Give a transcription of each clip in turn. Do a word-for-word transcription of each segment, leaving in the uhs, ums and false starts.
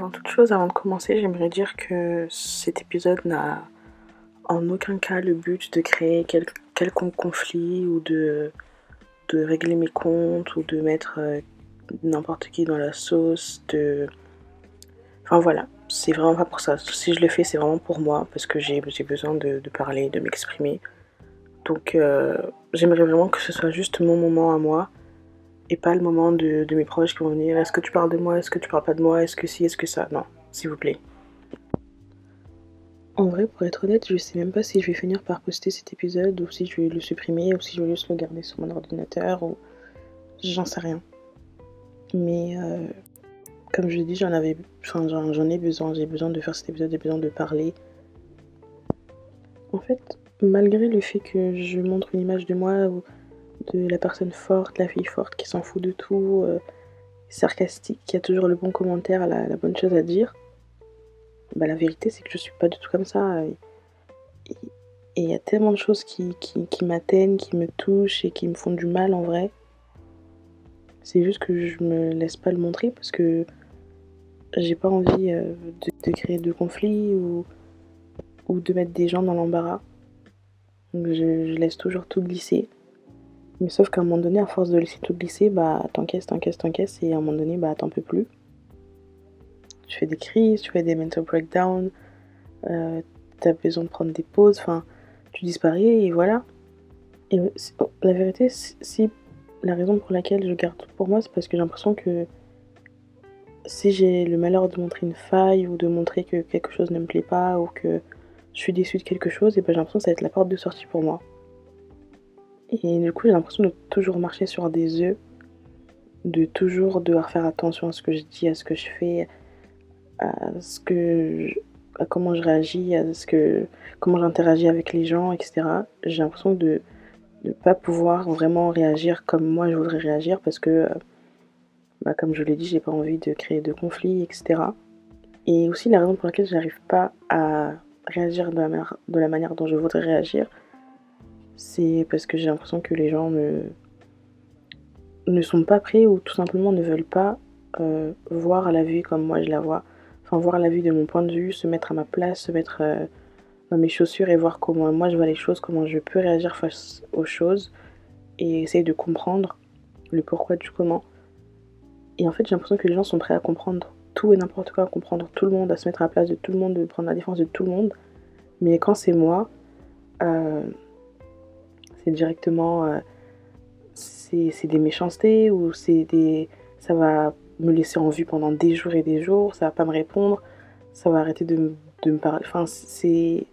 Avant toute chose, avant de commencer, j'aimerais dire que cet épisode n'a en aucun cas le but de créer quel, quelconque conflit ou de, de régler mes comptes ou de mettre euh, n'importe qui dans la sauce. De... Enfin voilà, c'est vraiment pas pour ça. Si je le fais, c'est vraiment pour moi parce que j'ai, j'ai besoin de, de parler, de m'exprimer. Donc euh, j'aimerais vraiment que ce soit juste mon moment à moi et pas le moment de, de mes proches qui vont venir. Est-ce que tu parles de moi? Est-ce que tu parles pas de moi? Est-ce que si? Est-ce que ça? Non, s'il vous plaît. En vrai, pour être honnête, je sais même pas si je vais finir par poster cet épisode ou si je vais le supprimer ou si je vais juste le garder sur mon ordinateur ou j'en sais rien. Mais euh, comme je l'ai dit, j'en avais, enfin j'en, j'en ai besoin. J'ai besoin de faire cet épisode, j'ai besoin de parler. En fait, malgré le fait que je montre une image de moi ou de la personne forte, la fille forte qui s'en fout de tout, euh, sarcastique, qui a toujours le bon commentaire, la, la bonne chose à dire, bah la vérité c'est que je suis pas du tout comme ça. Et il y a tellement de choses qui, qui, qui m'atteignent, qui me touchent et qui me font du mal en vrai. C'est juste que je me laisse pas le montrer parce que j'ai pas envie euh, de, de créer de conflits ou, ou de mettre des gens dans l'embarras. Donc je, je laisse toujours tout glisser. Mais sauf qu'à un moment donné, à force de laisser tout glisser, bah t'encaisses, t'encaisses, t'encaisses et à un moment donné, bah t'en peux plus. Tu fais des crises, tu fais des mental breakdowns, euh, t'as besoin de prendre des pauses, enfin tu disparais et voilà. Et la vérité, si la raison pour laquelle je garde tout pour moi, c'est parce que j'ai l'impression que si j'ai le malheur de montrer une faille ou de montrer que quelque chose ne me plaît pas ou que je suis déçue de quelque chose, et ben j'ai l'impression que ça va être la porte de sortie pour moi. Et du coup, j'ai l'impression de toujours marcher sur des œufs, de toujours devoir faire attention à ce que je dis, à ce que je fais, à ce que je, à comment je réagis, à ce que comment j'interagis avec les gens, et cetera. J'ai l'impression de de pas pouvoir vraiment réagir comme moi je voudrais réagir parce que, bah, comme je l'ai dit, j'ai pas envie de créer de conflits, et cetera. Et aussi la raison pour laquelle j'arrive pas à réagir de la, manière, de la manière dont je voudrais réagir, c'est parce que j'ai l'impression que les gens ne, ne sont pas prêts ou tout simplement ne veulent pas euh, voir la vie comme moi je la vois. Enfin, voir la vie de mon point de vue, se mettre à ma place, se mettre euh, dans mes chaussures et voir comment moi je vois les choses, comment je peux réagir face aux choses et essayer de comprendre le pourquoi du comment. Et en fait, j'ai l'impression que les gens sont prêts à comprendre tout et n'importe quoi, à comprendre tout le monde, à se mettre à la place de tout le monde, de prendre la défense de tout le monde. Mais quand c'est moi, euh, c'est directement... Euh, c'est, c'est des méchancetés ou c'est des... ça va me laisser en vue pendant des jours et des jours, ça va pas me répondre, ça va arrêter de, de me parler. Enfin, c'est...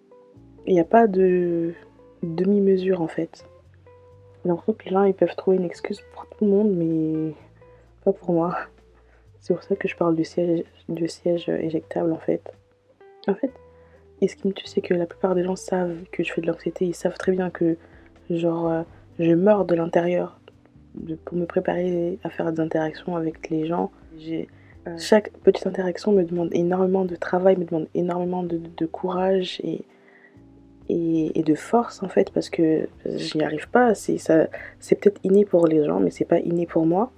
Il n'y a pas de demi-mesure en fait. J'ai l'impression que les gens ils peuvent trouver une excuse pour tout le monde, mais pas pour moi. C'est pour ça que je parle du siège, du siège éjectable en fait. En fait, et ce qui me tue, c'est que la plupart des gens savent que je fais de l'anxiété. Ils savent très bien que, genre, euh, je meurs de l'intérieur de, pour me préparer à faire des interactions avec les gens. J'ai, euh, chaque petite interaction me demande énormément de travail, me demande énormément de, de, de courage et, et, et de force en fait, parce que j'y arrive pas. C'est, ça, c'est peut-être inné pour les gens, mais c'est pas inné pour moi.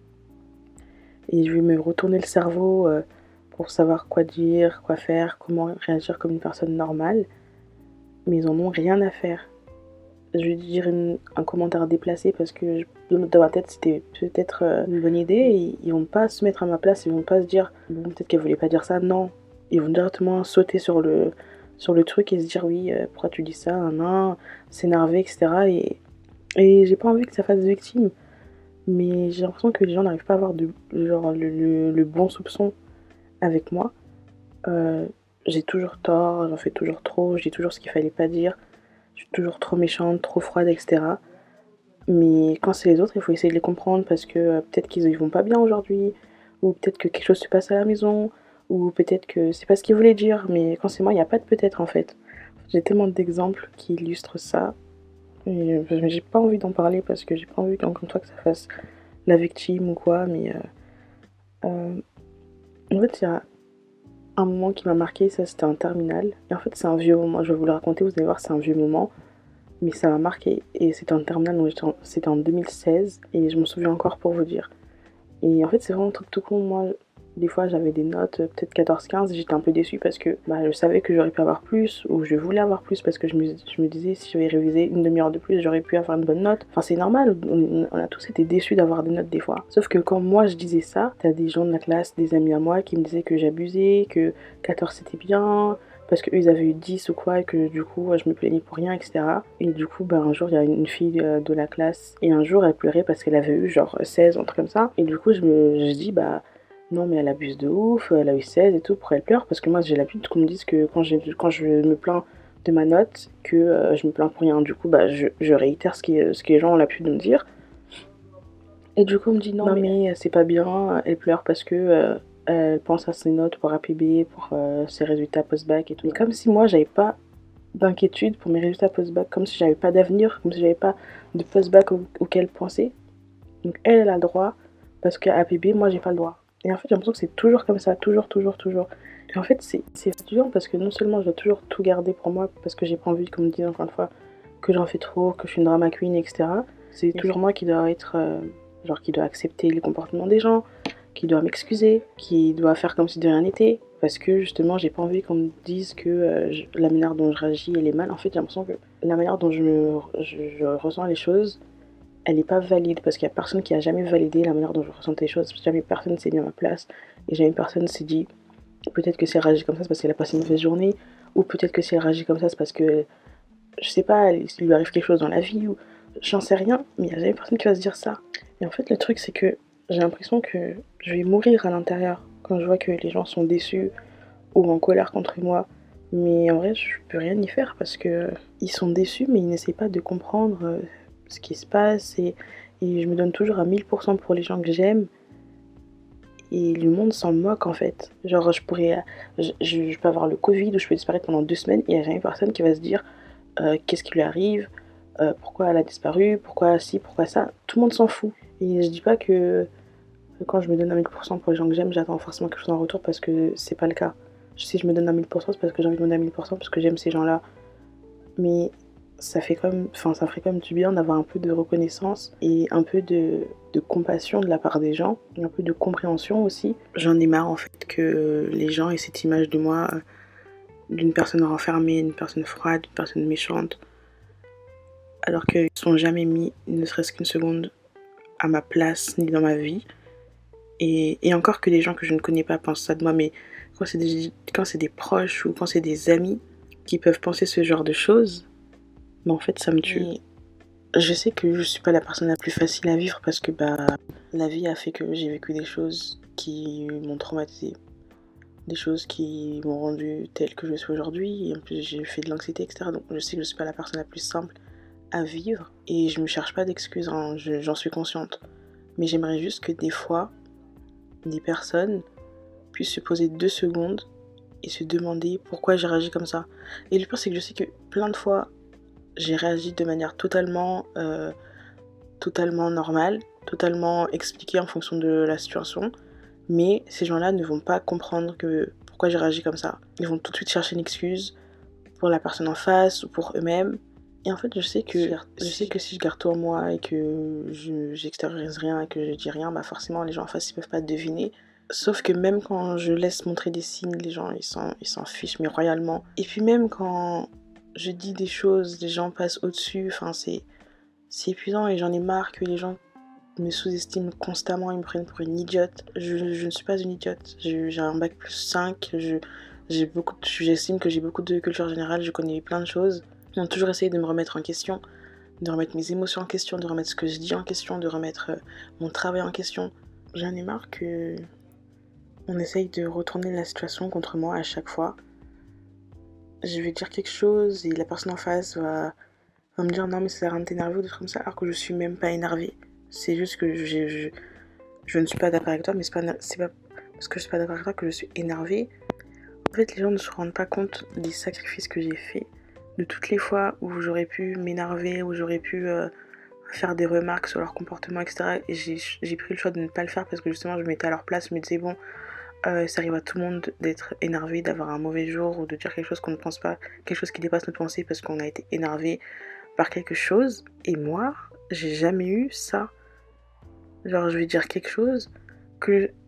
Et je vais me retourner le cerveau euh, pour savoir quoi dire, quoi faire, comment réagir comme une personne normale. Mais ils en ont rien à faire. Je vais dire une, un commentaire déplacé parce que je, dans ma tête c'était peut-être euh, une bonne idée. Et ils vont pas se mettre à ma place, ils vont pas se dire bon peut-être qu'elle voulait pas dire ça, non. Ils vont directement sauter sur le, sur le truc et se dire oui euh, pourquoi tu dis ça, non, s'énerver, et cetera. Et, et j'ai pas envie que ça fasse victime. Mais j'ai l'impression que les gens n'arrivent pas à avoir de, genre, le, le, le bon soupçon avec moi. Euh, j'ai toujours tort, j'en fais toujours trop, je dis toujours ce qu'il fallait pas dire. Je suis toujours trop méchante, trop froide, et cetera. Mais quand c'est les autres, il faut essayer de les comprendre parce que euh, peut-être qu'ils y vont pas bien aujourd'hui, ou peut-être que quelque chose se passe à la maison, ou peut-être que c'est pas ce qu'ils voulaient dire. Mais quand c'est moi, il n'y a pas de peut-être en fait. J'ai tellement d'exemples qui illustrent ça. Et euh, j'ai pas envie d'en parler parce que j'ai pas envie encore une fois que ça fasse la victime ou quoi. Mais euh, euh, en fait, il y a un moment qui m'a marqué, ça c'était en terminale. Et en fait, c'est un vieux moment. Je vais vous le raconter, vous allez voir, c'est un vieux moment. Mais ça m'a marqué. Et c'était en terminale, donc c'était en deux mille seize. Et je m'en souviens encore pour vous dire. Et en fait, c'est vraiment un truc tout con. Moi, Des fois j'avais des notes euh, peut-être quatorze quinze, j'étais un peu déçue parce que bah, je savais que j'aurais pu avoir plus, ou je voulais avoir plus parce que je me, je me disais si j'avais révisé une demi-heure de plus, j'aurais pu avoir une bonne note. Enfin c'est normal, on, on a tous été déçus d'avoir des notes des fois. Sauf que quand moi je disais ça, t'as des gens de la classe, des amis à moi qui me disaient que j'abusais, que quatorze c'était bien, parce qu'eux ils avaient eu dix ou quoi, et que du coup je me plaignais pour rien, et cetera. Et du coup, bah, un jour il y a une fille euh, de la classe, et un jour elle pleurait parce qu'elle avait eu genre seize, un truc comme ça. Et du coup je me je dis, bah non mais elle abuse de ouf, elle a eu seize et tout, pour elle pleure, parce que moi j'ai l'habitude qu'on me dise que quand, j'ai, quand je me plains de ma note, que euh, je me plains pour rien. Du coup, bah je, je réitère ce, qui, ce que les gens ont l'habitude de me dire. Et du coup on me dit non, non mais, mais c'est pas bien, elle pleure parce que euh, elle pense à ses notes pour A P B, pour euh, ses résultats post-bac et tout. Et comme si moi j'avais pas d'inquiétude pour mes résultats post-bac, comme si j'avais pas d'avenir, comme si j'avais pas de post-bac au, auquel penser. Donc elle, elle a le droit, parce qu'à A P B, moi j'ai pas le droit. Et en fait, j'ai l'impression que c'est toujours comme ça, toujours, toujours, toujours. Et en fait, c'est fatigant parce que non seulement je dois toujours tout garder pour moi, parce que j'ai pas envie qu'on me dise encore une fois que j'en fais trop, que je suis une drama queen, et cetera. C'est toujours moi qui dois être, euh, genre qui dois accepter les comportements des gens, qui doit m'excuser, qui doit faire comme si de rien n'était, parce que justement j'ai pas envie qu'on me dise que euh, je, la manière dont je réagis elle est mal. En fait, j'ai l'impression que la manière dont je, me, je, je ressens les choses, elle n'est pas valide parce qu'il n'y a personne qui a jamais validé la manière dont je ressentais les choses. Jamais personne s'est mis à ma place et jamais personne s'est dit peut-être que si elle réagit comme ça c'est parce qu'elle a passé une mauvaise journée, ou peut-être que si elle réagit comme ça c'est parce que je sais pas, il lui arrive quelque chose dans la vie, ou j'en sais rien, mais il n'y a jamais personne qui va se dire ça. Et en fait le truc c'est que j'ai l'impression que je vais mourir à l'intérieur quand je vois que les gens sont déçus ou en colère contre moi. Mais en vrai je peux rien y faire parce que ils sont déçus mais ils n'essaient pas de comprendre ce qui se passe, et, et je me donne toujours à mille pour cent pour les gens que j'aime, et le monde s'en moque en fait. Genre je pourrais, je, je, je peux avoir le Covid ou je peux disparaître pendant deux semaines et il n'y a jamais personne qui va se dire euh, qu'est-ce qui lui arrive, euh, pourquoi elle a disparu, pourquoi ci, pourquoi ça, tout le monde s'en fout. Et je dis pas que quand je me donne à mille pour cent pour les gens que j'aime, j'attends forcément quelque chose en retour, parce que c'est pas le cas. Si je me donne à mille pour cent, c'est parce que j'ai envie de me donner à mille pour cent, parce que j'aime ces gens-là. Mais ça fait quand même, enfin ça ferait quand même du bien d'avoir un peu de reconnaissance et un peu de, de compassion de la part des gens, et un peu de compréhension aussi. J'en ai marre en fait que les gens aient cette image de moi d'une personne renfermée, une personne froide, une personne méchante, alors qu'ils ne sont jamais mis ne serait-ce qu'une seconde à ma place ni dans ma vie. Et, et encore que les gens que je ne connais pas pensent ça de moi, mais quand c'est des, quand c'est des proches ou quand c'est des amis qui peuvent penser ce genre de choses, mais en fait ça me tue. Et je sais que je suis pas la personne la plus facile à vivre parce que bah la vie a fait que j'ai vécu des choses qui m'ont traumatisée, des choses qui m'ont rendue telle que je suis aujourd'hui, et en plus j'ai fait de l'anxiété, et cetera. Donc je sais que je suis pas la personne la plus simple à vivre et je me cherche pas d'excuses, hein, je, j'en suis consciente. Mais j'aimerais juste que des fois, des personnes puissent se poser deux secondes et se demander pourquoi j'ai réagi comme ça. Et le pire c'est que je sais que plein de fois j'ai réagi de manière totalement, euh, totalement normale, totalement expliquée en fonction de la situation. Mais ces gens-là ne vont pas comprendre que pourquoi j'ai réagi comme ça. Ils vont tout de suite chercher une excuse pour la personne en face ou pour eux-mêmes. Et en fait, je sais que, je sais que si je garde tout en moi et que je, j'extériorise rien et que je dis rien, bah forcément les gens en face ils peuvent pas deviner. Sauf que même quand je laisse montrer des signes, les gens ils s'en, ils s'en fichent mais royalement. Et puis même quand je dis des choses, les gens passent au-dessus, enfin c'est, c'est épuisant et j'en ai marre que les gens me sous-estiment constamment, ils me prennent pour une idiote. Je, je ne suis pas une idiote, j'ai, j'ai un bac plus cinq, je, j'ai beaucoup, j'estime que j'ai beaucoup de culture générale, je connais plein de choses. Ils ont toujours essayé de me remettre en question, de remettre mes émotions en question, de remettre ce que je dis en question, de remettre euh, mon travail en question. J'en ai marre que on essaye de retourner la situation contre moi à chaque fois. Je vais dire quelque chose et la personne en face va, va me dire non mais ça sert à rien de t'énerver ou des trucs comme ça, alors que je suis même pas énervée. C'est juste que je, je, je ne suis pas d'accord avec toi, mais c'est pas, c'est pas parce que je suis pas d'accord avec toi que je suis énervée. En fait, les gens ne se rendent pas compte des sacrifices que j'ai faits, de toutes les fois où j'aurais pu m'énerver, où j'aurais pu euh, faire des remarques sur leur comportement, et cetera. Et j'ai, j'ai pris le choix de ne pas le faire parce que justement je me mettais à leur place, je me disais bon, euh, ça arrive à tout le monde d'être énervé, d'avoir un mauvais jour ou de dire quelque chose qu'on ne pense pas, quelque chose qui dépasse notre pensée parce qu'on a été énervé par quelque chose. Et moi, j'ai jamais eu ça. Genre je vais dire quelque chose que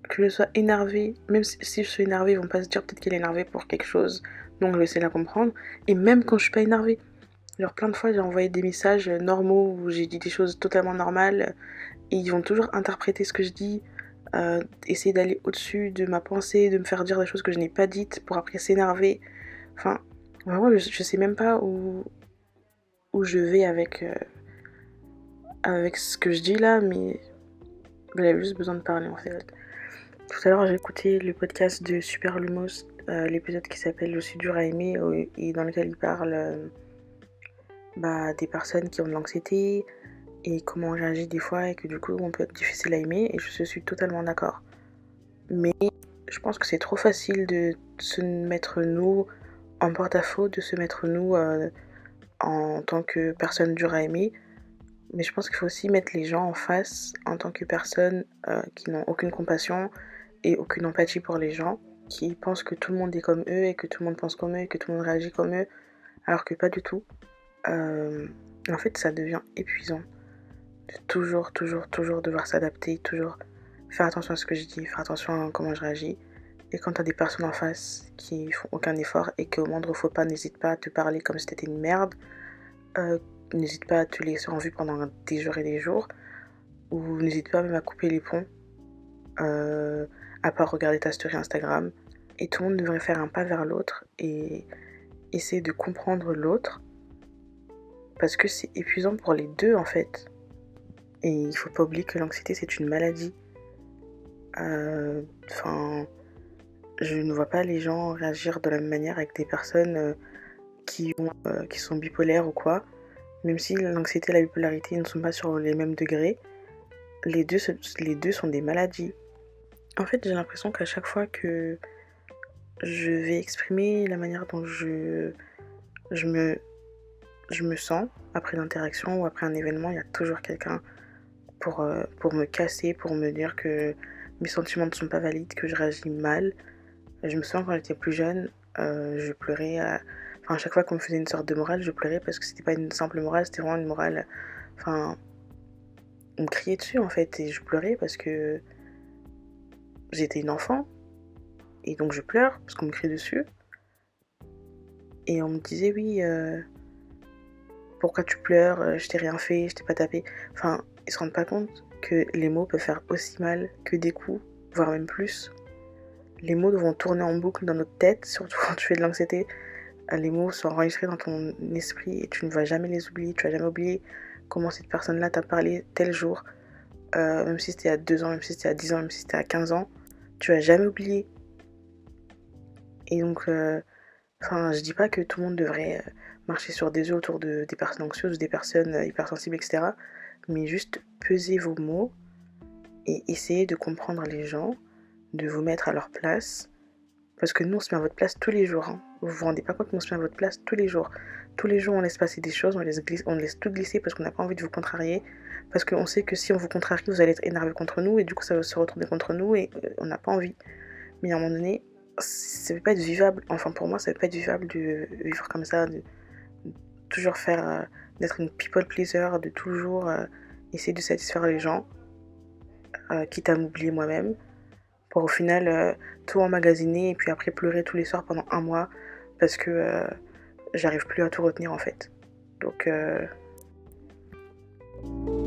que je sois énervée, même si, si je suis énervée, ils vont pas se dire peut-être qu'elle est énervée pour quelque chose, donc je vais essayer de la comprendre. Et même quand je suis pas énervée, genre plein de fois j'ai envoyé des messages normaux où j'ai dit des choses totalement normales et ils vont toujours interpréter ce que je dis, euh, essayer d'aller au-dessus de ma pensée, de me faire dire des choses que je n'ai pas dites pour après s'énerver. Enfin, vraiment, je, je sais même pas où, où je vais avec, euh, avec ce que je dis là, mais j'avais juste besoin de parler en fait. Tout à l'heure, j'ai écouté le podcast de Super Lumos, euh, l'épisode qui s'appelle Je suis dur à aimer, euh, et dans lequel il parle euh, bah, des personnes qui ont de l'anxiété et comment on réagit des fois et que du coup on peut être difficile à aimer, et je suis totalement d'accord. Mais je pense que c'est trop facile de se mettre nous en porte-à-faux, de se mettre nous euh, en tant que personne dure à aimer. Mais je pense qu'il faut aussi mettre les gens en face en tant que personnes euh, qui n'ont aucune compassion et aucune empathie pour les gens, qui pensent que tout le monde est comme eux et que tout le monde pense comme eux et que tout le monde réagit comme eux, alors que pas du tout. Euh, en fait, ça devient épuisant de toujours, toujours, toujours devoir s'adapter, toujours faire attention à ce que je dis, faire attention à comment je réagis. Et quand t'as des personnes en face qui font aucun effort et qu'au moindre faux pas, n'hésite pas à te parler comme si t'étais une merde, euh, n'hésite pas à te laisser en vue pendant des jours et des jours, ou n'hésite pas même à couper les ponts, euh, à pas regarder ta story Instagram. Et tout le monde devrait faire un pas vers l'autre et essayer de comprendre l'autre, parce que c'est épuisant pour les deux en fait. Et il faut pas oublier que l'anxiété c'est une maladie. Enfin, euh, je ne vois pas les gens réagir de la même manière avec des personnes euh, qui, ont, euh, qui sont bipolaires ou quoi. Même si l'anxiété et la bipolarité ne sont pas sur les mêmes degrés, les deux, les deux sont des maladies. En fait, j'ai l'impression qu'à chaque fois que je vais exprimer la manière dont je, je, me, je me sens après l'interaction ou après un événement, il y a toujours quelqu'un pour, euh, pour me casser, pour me dire que mes sentiments ne sont pas valides, que je réagis mal. Je me souviens quand j'étais plus jeune, euh, je pleurais. À... Enfin, à chaque fois qu'on me faisait une sorte de morale, je pleurais parce que c'était pas une simple morale, c'était vraiment une morale. Enfin, on me criait dessus en fait et je pleurais parce que j'étais une enfant et donc je pleure parce qu'on me crie dessus. Et on me disait oui, euh, pourquoi tu pleures, je t'ai rien fait, je t'ai pas tapé. Enfin, ils se rendent pas compte que les mots peuvent faire aussi mal que des coups, voire même plus. Les mots vont tourner en boucle dans notre tête, surtout quand tu fais de l'anxiété. Les mots sont enregistrés dans ton esprit et tu ne vas jamais les oublier. Tu vas jamais oublier comment cette personne-là t'a parlé tel jour, euh, même si c'était à deux ans, même si c'était à dix ans, même si c'était à quinze ans. Tu vas jamais oublier. Et donc, euh, enfin, je dis pas que tout le monde devrait euh, marcher sur des œufs autour de, des personnes anxieuses, des personnes euh, hypersensibles, et cetera. Mais juste peser vos mots et essayer de comprendre les gens, de vous mettre à leur place. Parce que nous, on se met à votre place tous les jours. Hein. Vous vous rendez pas compte, mais on se met à votre place tous les jours. Tous les jours, on laisse passer des choses, on laisse, glisse, on laisse tout glisser parce qu'on n'a pas envie de vous contrarier. Parce qu'on sait que si on vous contrarie, vous allez être énervé contre nous et du coup, ça va se retourner contre nous et euh, on n'a pas envie. Mais à un moment donné, ça ne peut pas être vivable. Enfin, pour moi, ça ne peut pas être vivable de vivre comme ça, de toujours faire, euh, d'être une people pleaser, de toujours euh, essayer de satisfaire les gens, euh, quitte à m'oublier moi-même. Pour au final euh, tout emmagasiner et puis après pleurer tous les soirs pendant un mois parce que euh, j'arrive plus à tout retenir en fait. Donc euh...